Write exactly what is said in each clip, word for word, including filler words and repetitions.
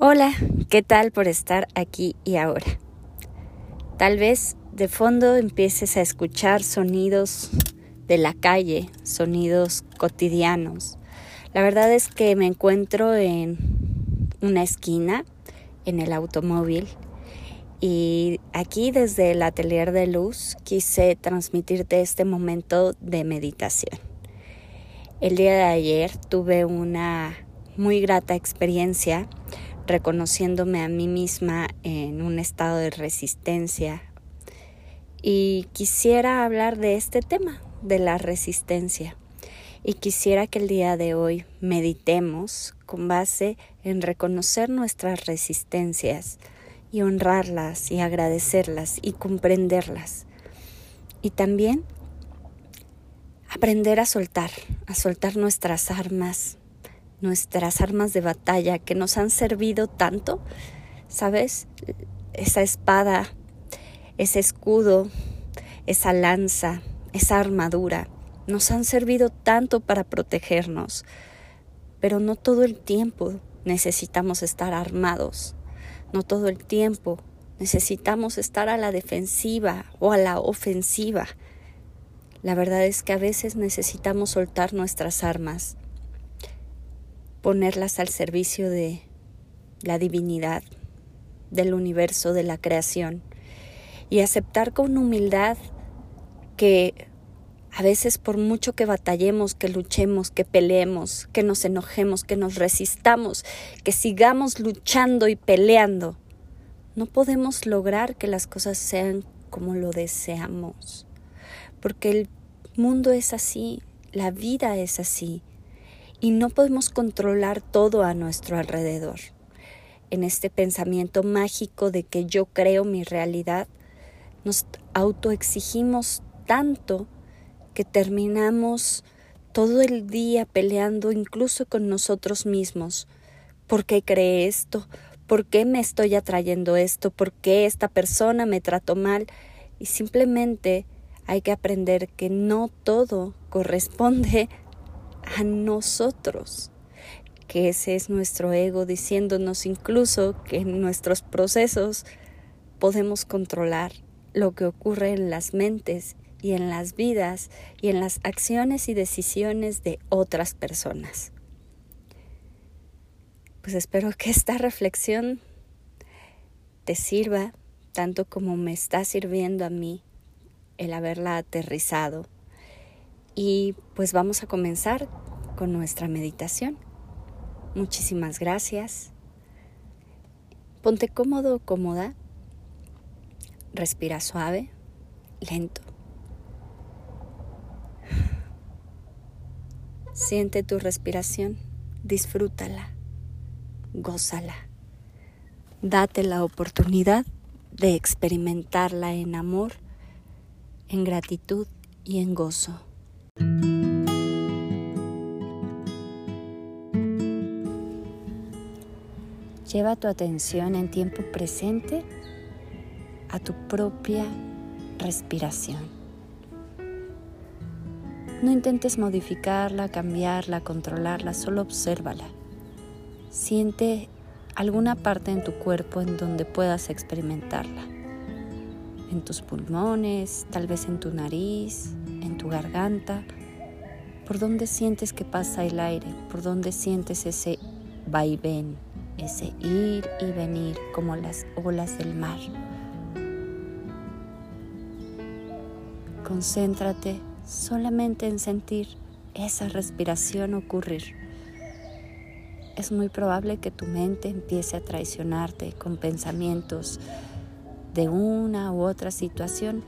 Hola, ¿qué tal por estar aquí y ahora? Tal vez de fondo empieces a escuchar sonidos de la calle, sonidos cotidianos. La verdad es que me encuentro en una esquina, en el automóvil, y aquí desde el Atelier de Luz quise transmitirte este momento de meditación. El día de ayer tuve una muy grata experiencia reconociéndome a mí misma en un estado de resistencia, y quisiera hablar de este tema, de la resistencia, y quisiera que el día de hoy meditemos con base en reconocer nuestras resistencias y honrarlas y agradecerlas y comprenderlas, y también aprender a soltar, a soltar nuestras armas, nuestras armas de batalla que nos han servido tanto, ¿sabes? Esa espada, ese escudo, esa lanza, esa armadura, nos han servido tanto para protegernos, pero no todo el tiempo necesitamos estar armados, no todo el tiempo necesitamos estar a la defensiva o a la ofensiva. La verdad es que a veces necesitamos soltar nuestras armas, ponerlas al servicio de la divinidad, del universo, de la creación, y aceptar con humildad que a veces por mucho que batallemos, que luchemos, que peleemos, que nos enojemos, que nos resistamos, que sigamos luchando y peleando, no podemos lograr que las cosas sean como lo deseamos, porque el mundo es así, la vida es así, y no podemos controlar todo a nuestro alrededor. En este pensamiento mágico de que yo creo mi realidad, nos autoexigimos tanto que terminamos todo el día peleando incluso con nosotros mismos. ¿Por qué creé esto? ¿Por qué me estoy atrayendo esto? ¿Por qué esta persona me trató mal? Y simplemente hay que aprender que no todo corresponde a nosotros, que ese es nuestro ego diciéndonos incluso que en nuestros procesos podemos controlar lo que ocurre en las mentes y en las vidas y en las acciones y decisiones de otras personas. Pues espero que esta reflexión te sirva tanto como me está sirviendo a mí el haberla aterrizado. Y pues vamos a comenzar con nuestra meditación. Muchísimas gracias. Ponte cómodo o cómoda. Respira suave, lento. Siente tu respiración, disfrútala, gózala. Date la oportunidad de experimentarla en amor, en gratitud y en gozo. Lleva tu atención en tiempo presente a tu propia respiración. No intentes modificarla, cambiarla, controlarla, solo obsérvala. Siente alguna parte en tu cuerpo en donde puedas experimentarla. En tus pulmones, tal vez en tu nariz, en tu garganta. ¿Por dónde sientes que pasa el aire? ¿Por dónde sientes ese vaivén? Ese ir y venir como las olas del mar. Concéntrate solamente en sentir esa respiración ocurrir. Es muy probable que tu mente empiece a traicionarte con pensamientos de una u otra situación.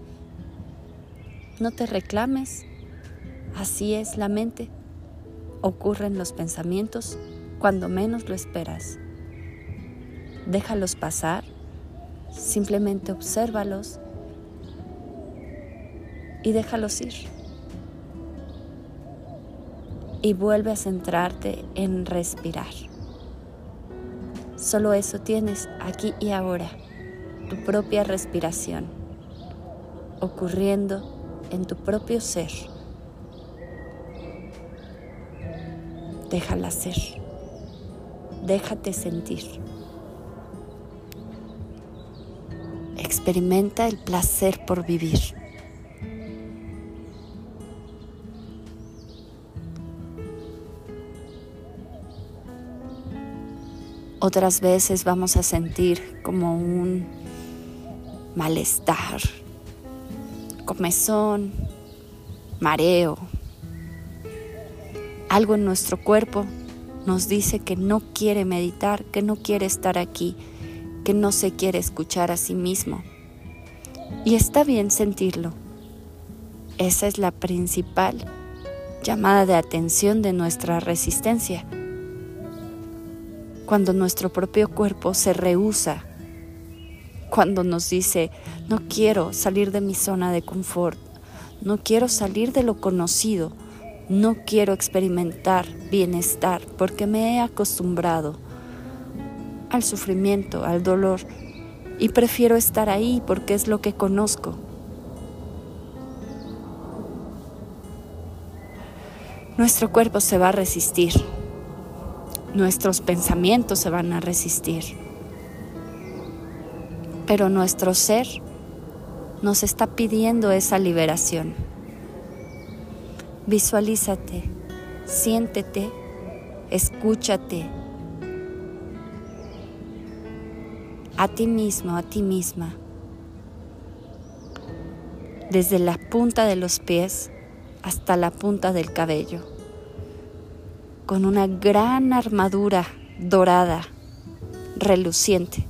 No te reclames, así es la mente. Ocurren los pensamientos cuando menos lo esperas. Déjalos pasar, simplemente obsérvalos y déjalos ir. Y vuelve a centrarte en respirar. Solo eso tienes aquí y ahora, tu propia respiración, ocurriendo en tu propio ser. Déjala ser. déjate sentir. Experimenta el placer por vivir. Otras veces vamos a sentir como un malestar, comezón, mareo. Algo en nuestro cuerpo nos dice que no quiere meditar, que no quiere estar aquí, que no se quiere escuchar a sí mismo. Y está bien sentirlo. Esa es la principal llamada de atención de nuestra resistencia. Cuando nuestro propio cuerpo se rehúsa, cuando nos dice, no quiero salir de mi zona de confort, no quiero salir de lo conocido, no quiero experimentar bienestar porque me he acostumbrado al sufrimiento, al dolor, y prefiero estar ahí porque es lo que conozco. Nuestro cuerpo se va a resistir. Nuestros pensamientos se van a resistir, pero nuestro ser nos está pidiendo esa liberación. Visualízate, siéntete, escúchate a ti mismo, a ti misma, desde la punta de los pies hasta la punta del cabello, con una gran armadura dorada, reluciente.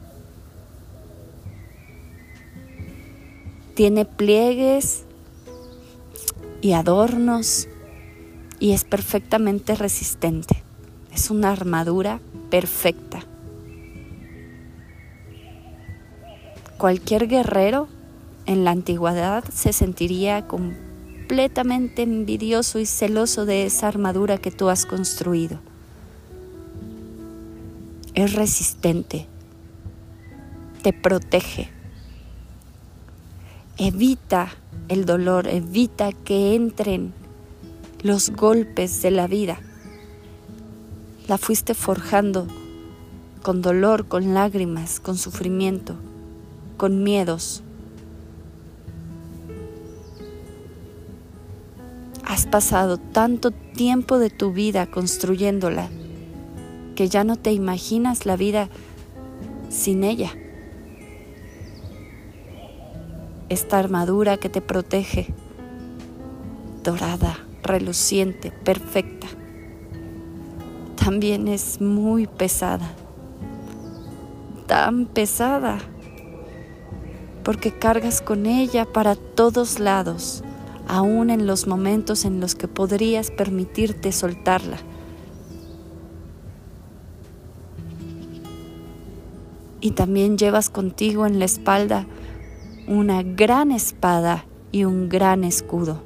Tiene pliegues y adornos y es perfectamente resistente. Es una armadura perfecta. Cualquier guerrero en la antigüedad se sentiría con completamente envidioso y celoso de esa armadura que tú has construido. Es resistente, te protege, evita el dolor, evita que entren los golpes de la vida. La fuiste forjando con dolor, con lágrimas, con sufrimiento, con miedos. Has pasado tanto tiempo de tu vida construyéndola que ya no te imaginas la vida sin ella. Esta armadura que te protege, dorada, reluciente, perfecta, también es muy pesada, tan pesada, porque cargas con ella para todos lados, aún en los momentos en los que podrías permitirte soltarla. Y también llevas contigo en la espalda una gran espada y un gran escudo.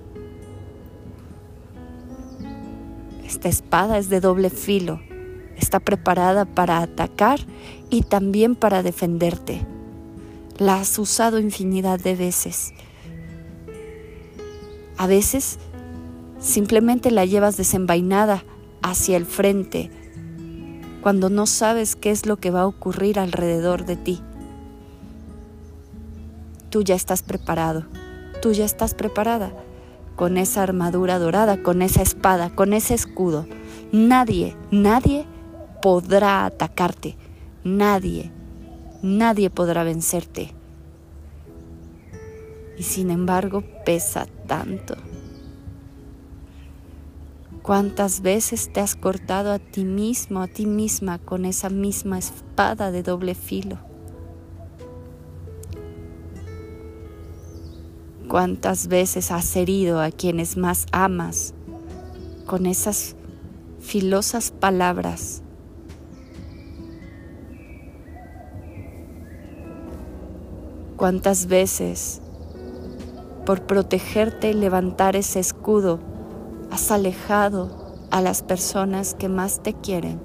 Esta espada es de doble filo, está preparada para atacar y también para defenderte. La has usado infinidad de veces. A veces simplemente la llevas desenvainada hacia el frente cuando no sabes qué es lo que va a ocurrir alrededor de ti. Tú ya estás preparado, tú ya estás preparada con esa armadura dorada, con esa espada, con ese escudo. Nadie, nadie podrá atacarte, nadie, nadie podrá vencerte. Y sin embargo pesa tanto. ¿Cuántas veces te has cortado a ti mismo, a ti misma con esa misma espada de doble filo? ¿Cuántas veces has herido a quienes más amas con esas filosas palabras? ¿Cuántas veces, por protegerte y levantar ese escudo, has alejado a las personas que más te quieren?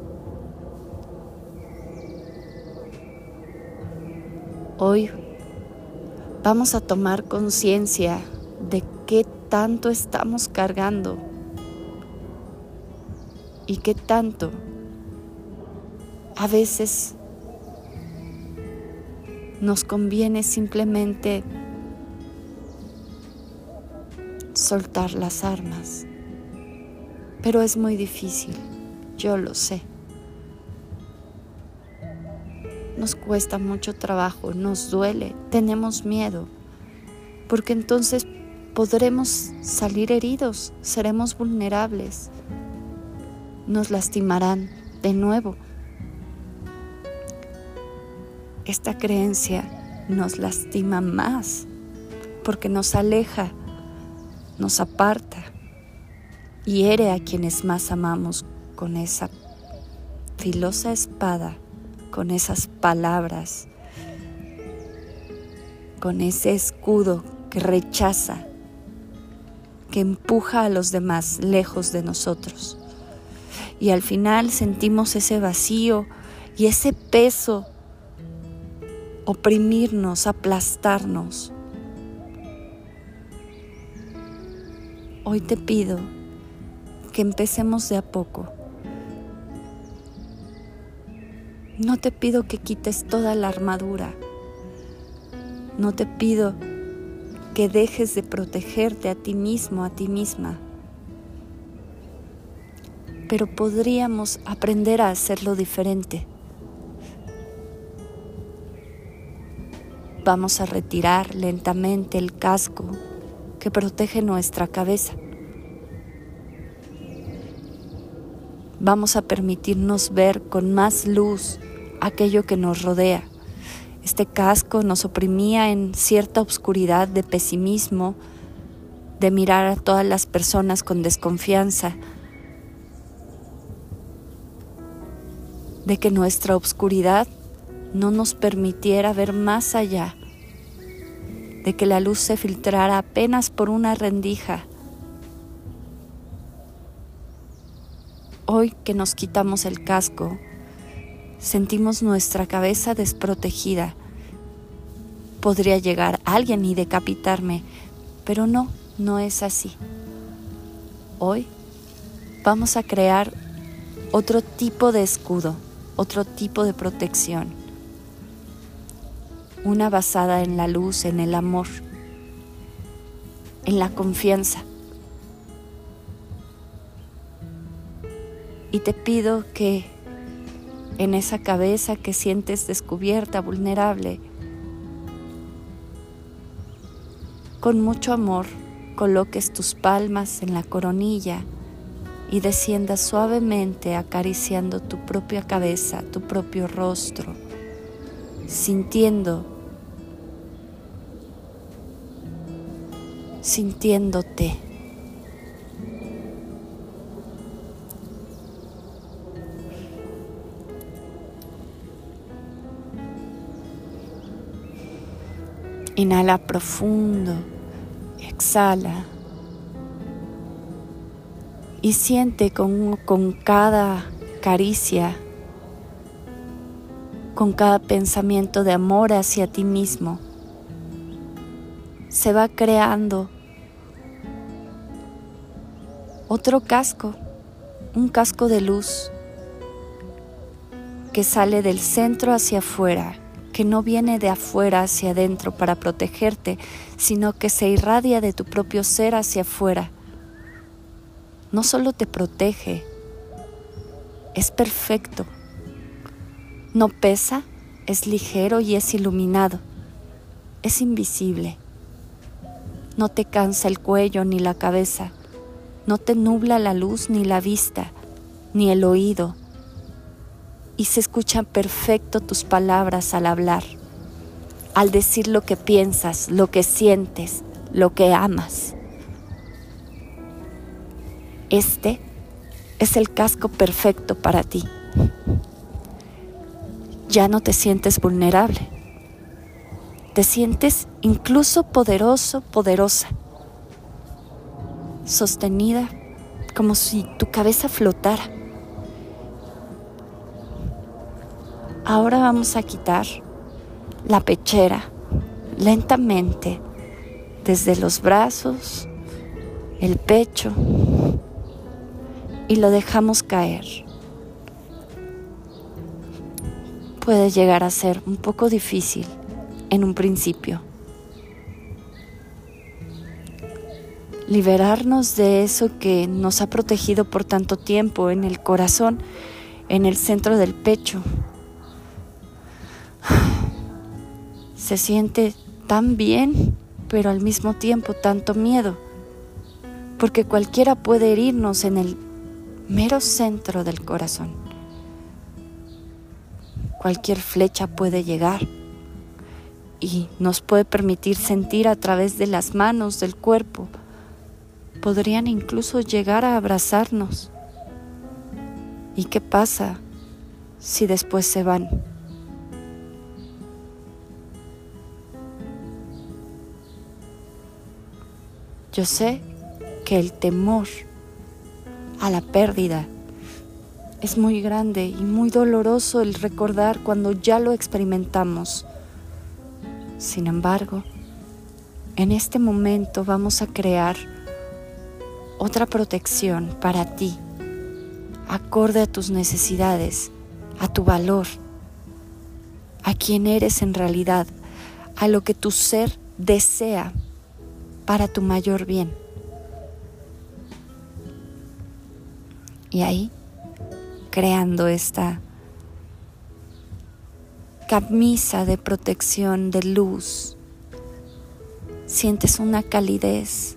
Hoy vamos a tomar conciencia de qué tanto estamos cargando y qué tanto a veces nos conviene simplemente soltar las armas, pero es muy difícil, yo lo sé. Nos cuesta mucho trabajo, nos duele, tenemos miedo, porque entonces podremos salir heridos, seremos vulnerables, nos lastimarán de nuevo. Esta creencia nos lastima más porque nos aleja, nos aparta, hiere a quienes más amamos con esa filosa espada, con esas palabras, con ese escudo que rechaza, que empuja a los demás lejos de nosotros. Y al final sentimos ese vacío y ese peso, oprimirnos, aplastarnos. Hoy te pido que empecemos de a poco. No te pido que quites toda la armadura. No te pido que dejes de protegerte a ti mismo, a ti misma. Pero podríamos aprender a hacerlo diferente. Vamos a retirar lentamente el casco que protege nuestra cabeza. Vamos a permitirnos ver con más luz aquello que nos rodea. Este casco nos oprimía en cierta oscuridad de pesimismo, de mirar a todas las personas con desconfianza, de que nuestra oscuridad no nos permitiera ver más allá, de que la luz se filtrara apenas por una rendija. Hoy que nos quitamos el casco, sentimos nuestra cabeza desprotegida. Podría llegar alguien y decapitarme, pero no, no es así. Hoy vamos a crear otro tipo de escudo, otro tipo de protección. Una basada en la luz, en el amor, en la confianza. Y te pido que en esa cabeza que sientes descubierta, vulnerable, con mucho amor coloques tus palmas en la coronilla y desciendas suavemente acariciando tu propia cabeza, tu propio rostro, sintiendo, sintiéndote. Inhala profundo, exhala y siente con, con cada caricia, con cada pensamiento de amor hacia ti mismo, se va creando otro casco, un casco de luz que sale del centro hacia afuera, que no viene de afuera hacia adentro para protegerte, sino que se irradia de tu propio ser hacia afuera. No solo te protege, es perfecto. No pesa, es ligero y es iluminado. Es invisible. No te cansa el cuello ni la cabeza. No te nubla la luz ni la vista, ni el oído. Y se escuchan perfecto tus palabras al hablar, al decir lo que piensas, lo que sientes, lo que amas. Este es el casco perfecto para ti. Ya no te sientes vulnerable. Te sientes incluso poderoso, poderosa, sostenida como si tu cabeza flotara. Ahora vamos a quitar la pechera lentamente desde los brazos, el pecho, y lo dejamos caer. puede llegar a ser un poco difícil en un principio. Liberarnos de eso que nos ha protegido por tanto tiempo en el corazón, en el centro del pecho. Se siente tan bien, pero al mismo tiempo tanto miedo, porque cualquiera puede herirnos en el mero centro del corazón. Cualquier flecha puede llegar y nos puede permitir sentir a través de las manos, del cuerpo. Podrían incluso llegar a abrazarnos. ¿Y qué pasa si después se van? Yo sé que el temor a la pérdida es muy grande y muy doloroso el recordar cuando ya lo experimentamos. Sin embargo, en este momento vamos a crear otra protección para ti, acorde a tus necesidades, a tu valor, a quién eres en realidad, a lo que tu ser desea para tu mayor bien. Y ahí, creando esta camisa de protección, de luz, sientes una calidez,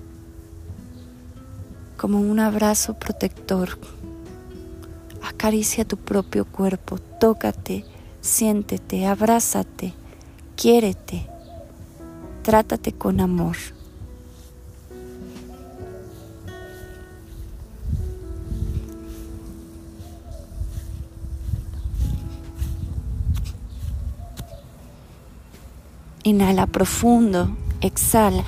como un abrazo protector. Acaricia tu propio cuerpo, tócate, siéntete, abrázate, quiérete, trátate con amor. Inhala profundo, exhala.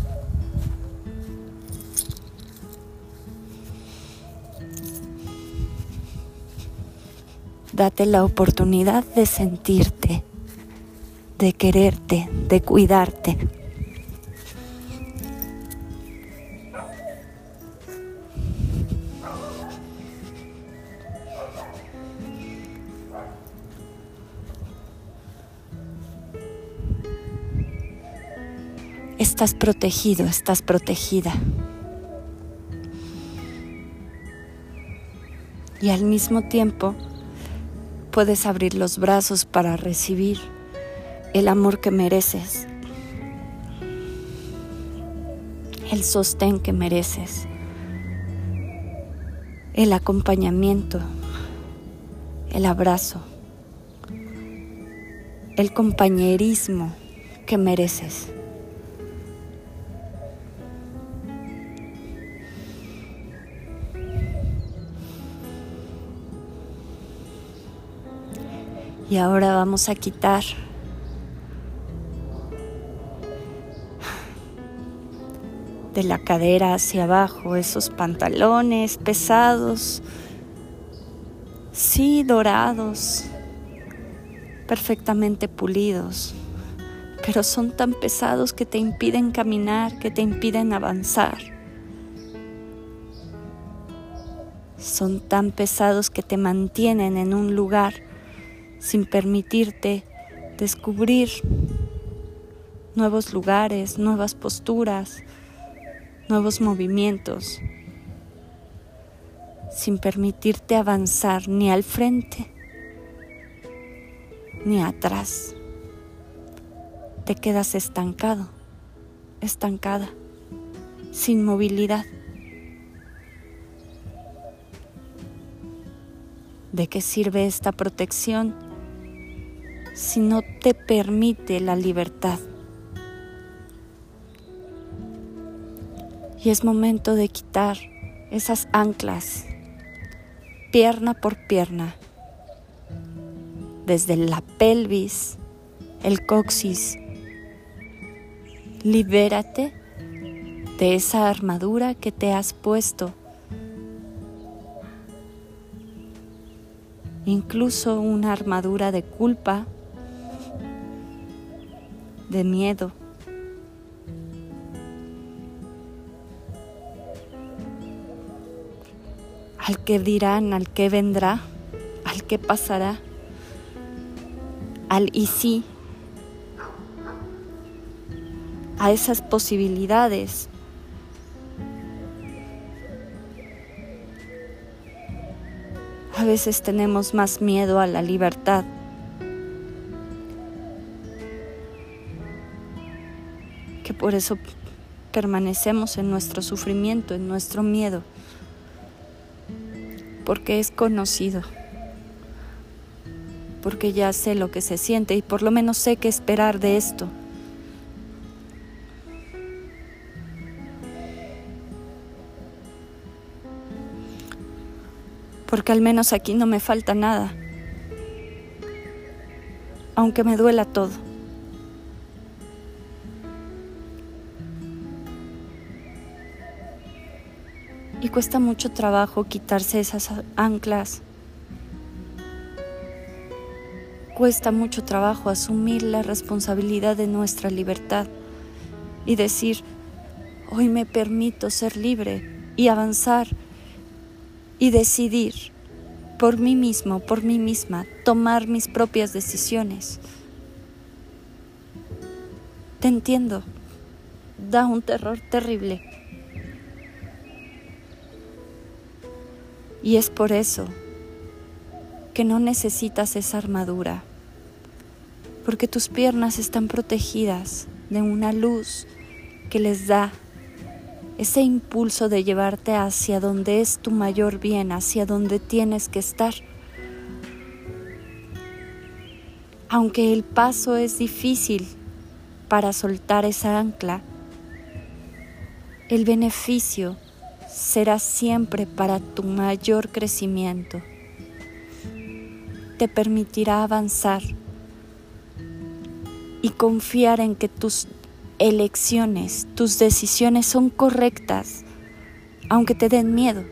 Date la oportunidad de sentirte, de quererte, de cuidarte. Estás protegido, estás protegida. Y al mismo tiempo puedes abrir los brazos para recibir el amor que mereces, el sostén que mereces, el acompañamiento, el abrazo, el compañerismo que mereces. Y ahora vamos a quitar de la cadera hacia abajo esos pantalones pesados, sí, dorados, perfectamente pulidos, pero son tan pesados que te impiden caminar, que te impiden avanzar. Son tan pesados que te mantienen en un lugar sin permitirte descubrir nuevos lugares, nuevas posturas, nuevos movimientos, sin permitirte avanzar ni al frente ni atrás. Te quedas estancado, estancada, sin movilidad. ¿De qué sirve esta protección si no te permite la libertad? Y es momento de quitar esas anclas, pierna por pierna, desde la pelvis, el coxis. Libérate de esa armadura que te has puesto, incluso una armadura de culpa, de miedo. Al que dirán, al que vendrá, al que pasará. al y sí, a esas posibilidades. A veces tenemos más miedo a la libertad. Que por eso permanecemos en nuestro sufrimiento, en nuestro miedo, porque es conocido, porque ya sé lo que se siente y por lo menos sé qué esperar de esto. Porque al menos aquí no me falta nada, aunque me duela todo. Y cuesta mucho trabajo quitarse esas anclas. Cuesta mucho trabajo asumir la responsabilidad de nuestra libertad y decir, hoy me permito ser libre y avanzar y decidir por mí mismo, por mí misma, tomar mis propias decisiones. Te entiendo, da un terror terrible. Y es por eso que no necesitas esa armadura, porque tus piernas están protegidas de una luz que les da ese impulso de llevarte hacia donde es tu mayor bien, hacia donde tienes que estar. Aunque el paso es difícil para soltar esa ancla, el beneficio será siempre para tu mayor crecimiento. Te permitirá avanzar y confiar en que tus elecciones, tus decisiones son correctas, aunque te den miedo,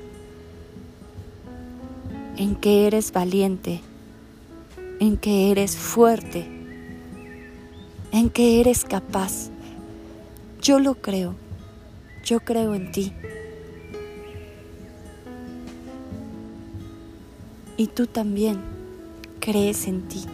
en que eres valiente, en que eres fuerte, en que eres capaz. Yo lo creo, yo creo en ti. Y tú también crees en ti.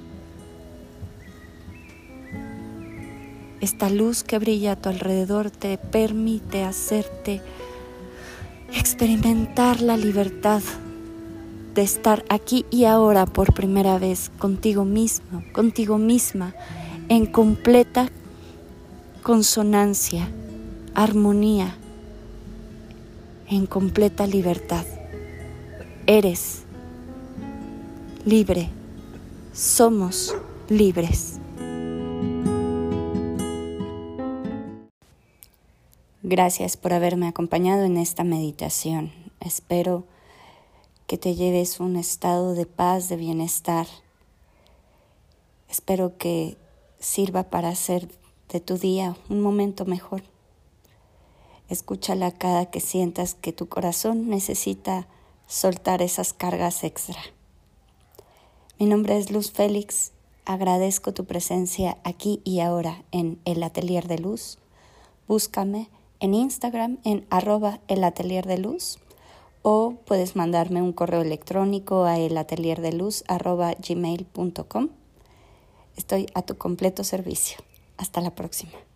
Esta luz que brilla a tu alrededor te permite hacerte experimentar la libertad de estar aquí y ahora por primera vez contigo mismo, contigo misma, en completa consonancia, armonía, en completa libertad. Eres libre, somos libres. Gracias por haberme acompañado en esta meditación. Espero que te lleves un estado de paz, de bienestar. Espero que sirva para hacer de tu día un momento mejor. Escúchala cada que sientas que tu corazón necesita soltar esas cargas extra. Mi nombre es Luz Félix. Agradezco tu presencia aquí y ahora en El Atelier de Luz. Búscame en Instagram en arroba el atelier de luz o puedes mandarme un correo electrónico a elatelierdeluz arroba gmail punto com. Estoy a tu completo servicio. Hasta la próxima.